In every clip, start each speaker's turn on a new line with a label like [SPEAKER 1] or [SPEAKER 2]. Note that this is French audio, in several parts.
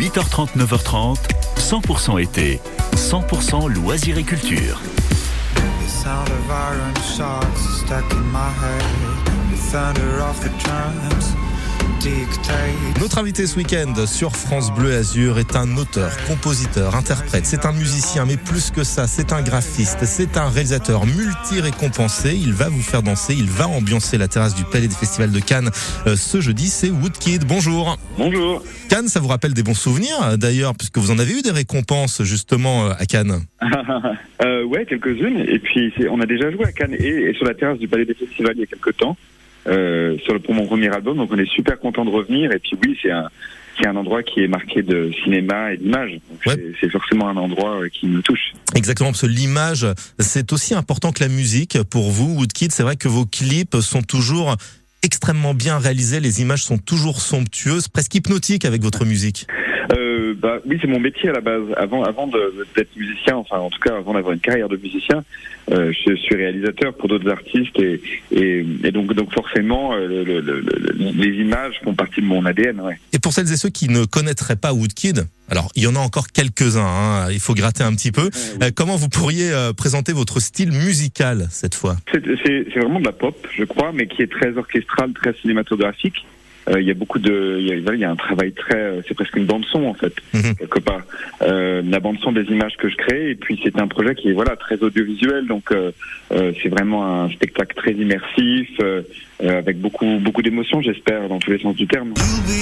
[SPEAKER 1] 8h30, 9h30, 100% été, 100% loisirs et culture.
[SPEAKER 2] The sound of iron shards stuck in my head. The thunder of the drums dictate.
[SPEAKER 3] Notre invité ce week-end sur France Bleu Azur est un auteur, compositeur, interprète. C'est un musicien, mais plus que ça, c'est un graphiste, c'est un réalisateur multi-récompensé. Il va vous faire danser, il va ambiancer la terrasse du Palais des Festivals de Cannes ce jeudi. C'est Woodkid. Bonjour.
[SPEAKER 4] Bonjour.
[SPEAKER 3] Cannes, ça vous rappelle des bons souvenirs d'ailleurs, puisque vous en avez eu des récompenses justement à Cannes.
[SPEAKER 4] Ouais, quelques-unes. Et puis on a déjà joué à Cannes et sur la terrasse du Palais des Festivals il y a quelques temps. Pour mon premier album, donc on est super content de revenir. Et puis oui, c'est un endroit qui est marqué de cinéma et d'image.
[SPEAKER 3] Ouais.
[SPEAKER 4] C'est forcément un endroit qui me touche.
[SPEAKER 3] Exactement, parce que l'image, c'est aussi important que la musique pour vous, Woodkid. C'est vrai que vos clips sont toujours extrêmement bien réalisés, les images sont toujours somptueuses, presque hypnotiques avec votre musique.
[SPEAKER 4] Oui, c'est mon métier à la base. Avant d'être musicien, enfin en tout cas avant d'avoir une carrière de musicien, je suis réalisateur pour d'autres artistes et donc forcément les images font partie de mon ADN. Ouais.
[SPEAKER 3] Et pour celles et ceux qui ne connaîtraient pas Woodkid, alors il y en a encore quelques-uns, hein, il faut gratter un petit peu. Comment vous pourriez présenter votre style musical cette fois ?
[SPEAKER 4] C'est vraiment de la pop, je crois, mais qui est très orchestrale, très cinématographique. Il y a un travail c'est presque une bande son en fait, quelque part. La bande son des images que je crée, et puis c'est un projet qui est très audiovisuel, donc c'est vraiment un spectacle très immersif, avec beaucoup d'émotions, j'espère, dans tous les sens du terme.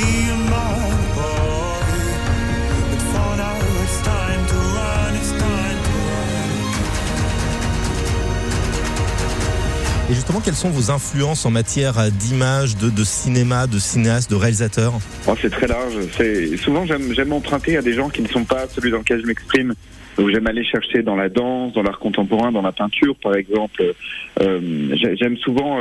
[SPEAKER 3] Et justement, quelles sont vos influences en matière d'image, de cinéma, de cinéaste, de réalisateur ?
[SPEAKER 4] C'est très large. Souvent, j'aime emprunter à des gens qui ne sont pas celui dans lequel je m'exprime. Donc, j'aime aller chercher dans la danse, dans l'art contemporain, dans la peinture, par exemple. J'aime souvent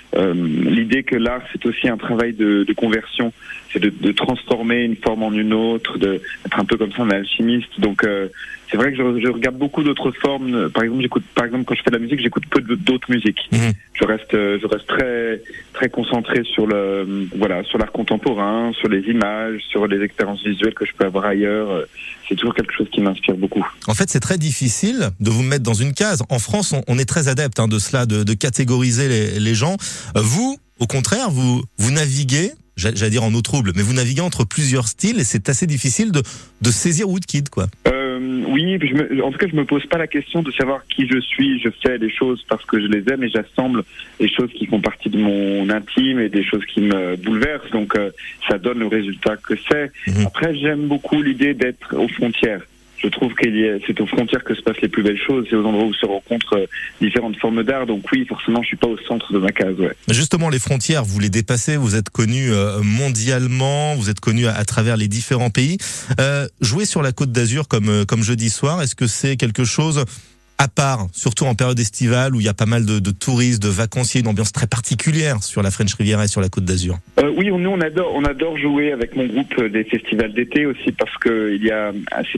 [SPEAKER 4] l'idée que l'art, c'est aussi un travail de conversion. C'est de transformer une forme en une autre, d'être un peu comme ça un alchimiste. Donc, c'est vrai que je regarde beaucoup d'autres formes. Par exemple, quand je fais de la musique, j'écoute peu d'autres musiques. Je reste très très concentré sur l'art contemporain, sur les images, sur les expériences visuelles que je peux avoir ailleurs. C'est toujours quelque chose qui m'inspire beaucoup.
[SPEAKER 3] En fait, c'est très difficile de vous mettre dans une case. En France, on est très adepte de cela, de catégoriser les gens. Vous, au contraire, vous naviguez, j'allais dire en eau trouble, mais vous naviguez entre plusieurs styles et c'est assez difficile de saisir Woodkid, quoi.
[SPEAKER 4] Oui, en tout cas, je me pose pas la question de savoir qui je suis. Je fais les choses parce que je les aime et j'assemble les choses qui font partie de mon intime et des choses qui me bouleversent. Donc, ça donne le résultat que c'est. Après, j'aime beaucoup l'idée d'être aux frontières. Je trouve c'est aux frontières que se passent les plus belles choses, c'est aux endroits où se rencontrent différentes formes d'art. Donc oui, forcément, je suis pas au centre de ma case. Ouais.
[SPEAKER 3] Justement, les frontières, vous les dépassez, vous êtes connu mondialement, vous êtes connu à travers les différents pays. Jouer sur la Côte d'Azur comme jeudi soir, est-ce que c'est quelque chose à part, surtout en période estivale où il y a pas mal de touristes, de vacanciers, une ambiance très particulière sur la French Riviera et sur la Côte d'Azur?
[SPEAKER 4] Oui, nous on adore jouer avec mon groupe des festivals d'été aussi parce que il y a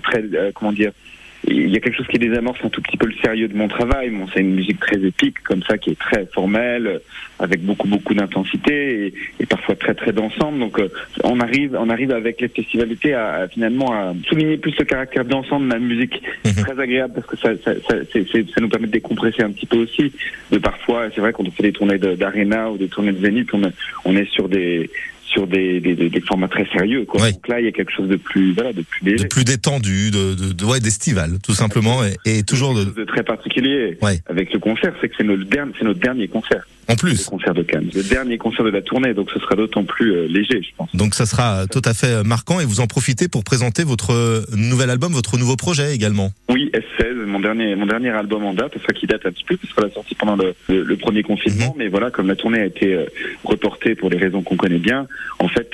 [SPEAKER 4] il y a quelque chose qui désamorce un tout petit peu le sérieux de mon travail. C'est une musique très épique comme ça qui est très formelle, avec beaucoup d'intensité et parfois très très dansante. Donc on arrive avec les festivals d'été à finalement à souligner plus le caractère dansant de ma musique. C'est très agréable parce que ça nous permet de décompresser un petit peu aussi. Mais parfois, c'est vrai quand on fait des tournées d'Arena ou des tournées de Zénith, on est sur des formats très sérieux, quoi.
[SPEAKER 3] Oui.
[SPEAKER 4] Donc là, il y a quelque chose de plus léger.
[SPEAKER 3] De plus détendu, d'estival, tout simplement, et toujours
[SPEAKER 4] de très particulier.
[SPEAKER 3] Ouais.
[SPEAKER 4] Avec le concert, c'est que c'est notre dernier concert.
[SPEAKER 3] En plus.
[SPEAKER 4] Le concert de Cannes. Le dernier concert de la tournée, donc ce sera d'autant plus léger, je pense.
[SPEAKER 3] Donc ça sera tout à fait marquant et vous en profitez pour présenter votre nouvel album, votre nouveau projet également.
[SPEAKER 4] Oui, S16, mon dernier album en date, qui date un petit peu, parce que la sortie pendant le premier confinement, mais voilà, comme la tournée a été reportée pour des raisons qu'on connaît bien, en fait,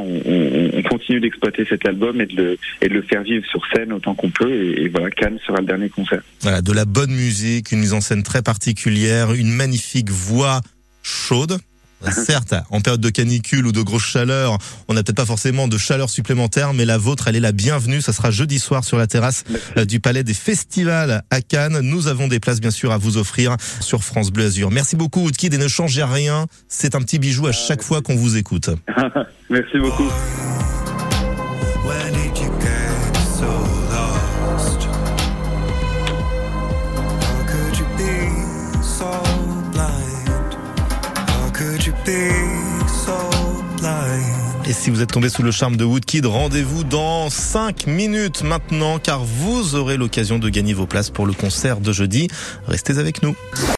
[SPEAKER 4] on continue d'exploiter cet album et de le faire vivre sur scène autant qu'on peut, et voilà, Cannes sera le dernier concert.
[SPEAKER 3] Voilà, de la bonne musique, une mise en scène très particulière, une magnifique voix chaude. Certes, en période de canicule ou de grosse chaleur, on n'a peut-être pas forcément de chaleur supplémentaire, mais la vôtre, elle est la bienvenue. Ça sera jeudi soir sur la terrasse du Palais des Festivals à Cannes. Nous avons des places, bien sûr, à vous offrir sur France Bleu Azur. Merci beaucoup, Woodkid, et ne changez rien. C'est un petit bijou à chaque fois qu'on vous écoute.
[SPEAKER 4] Merci beaucoup.
[SPEAKER 2] Where did you go? be so blind.
[SPEAKER 3] Et si vous êtes tombé sous le charme de Woodkid, rendez-vous dans 5 minutes maintenant, car vous aurez l'occasion de gagner vos places pour le concert de jeudi. Restez avec nous.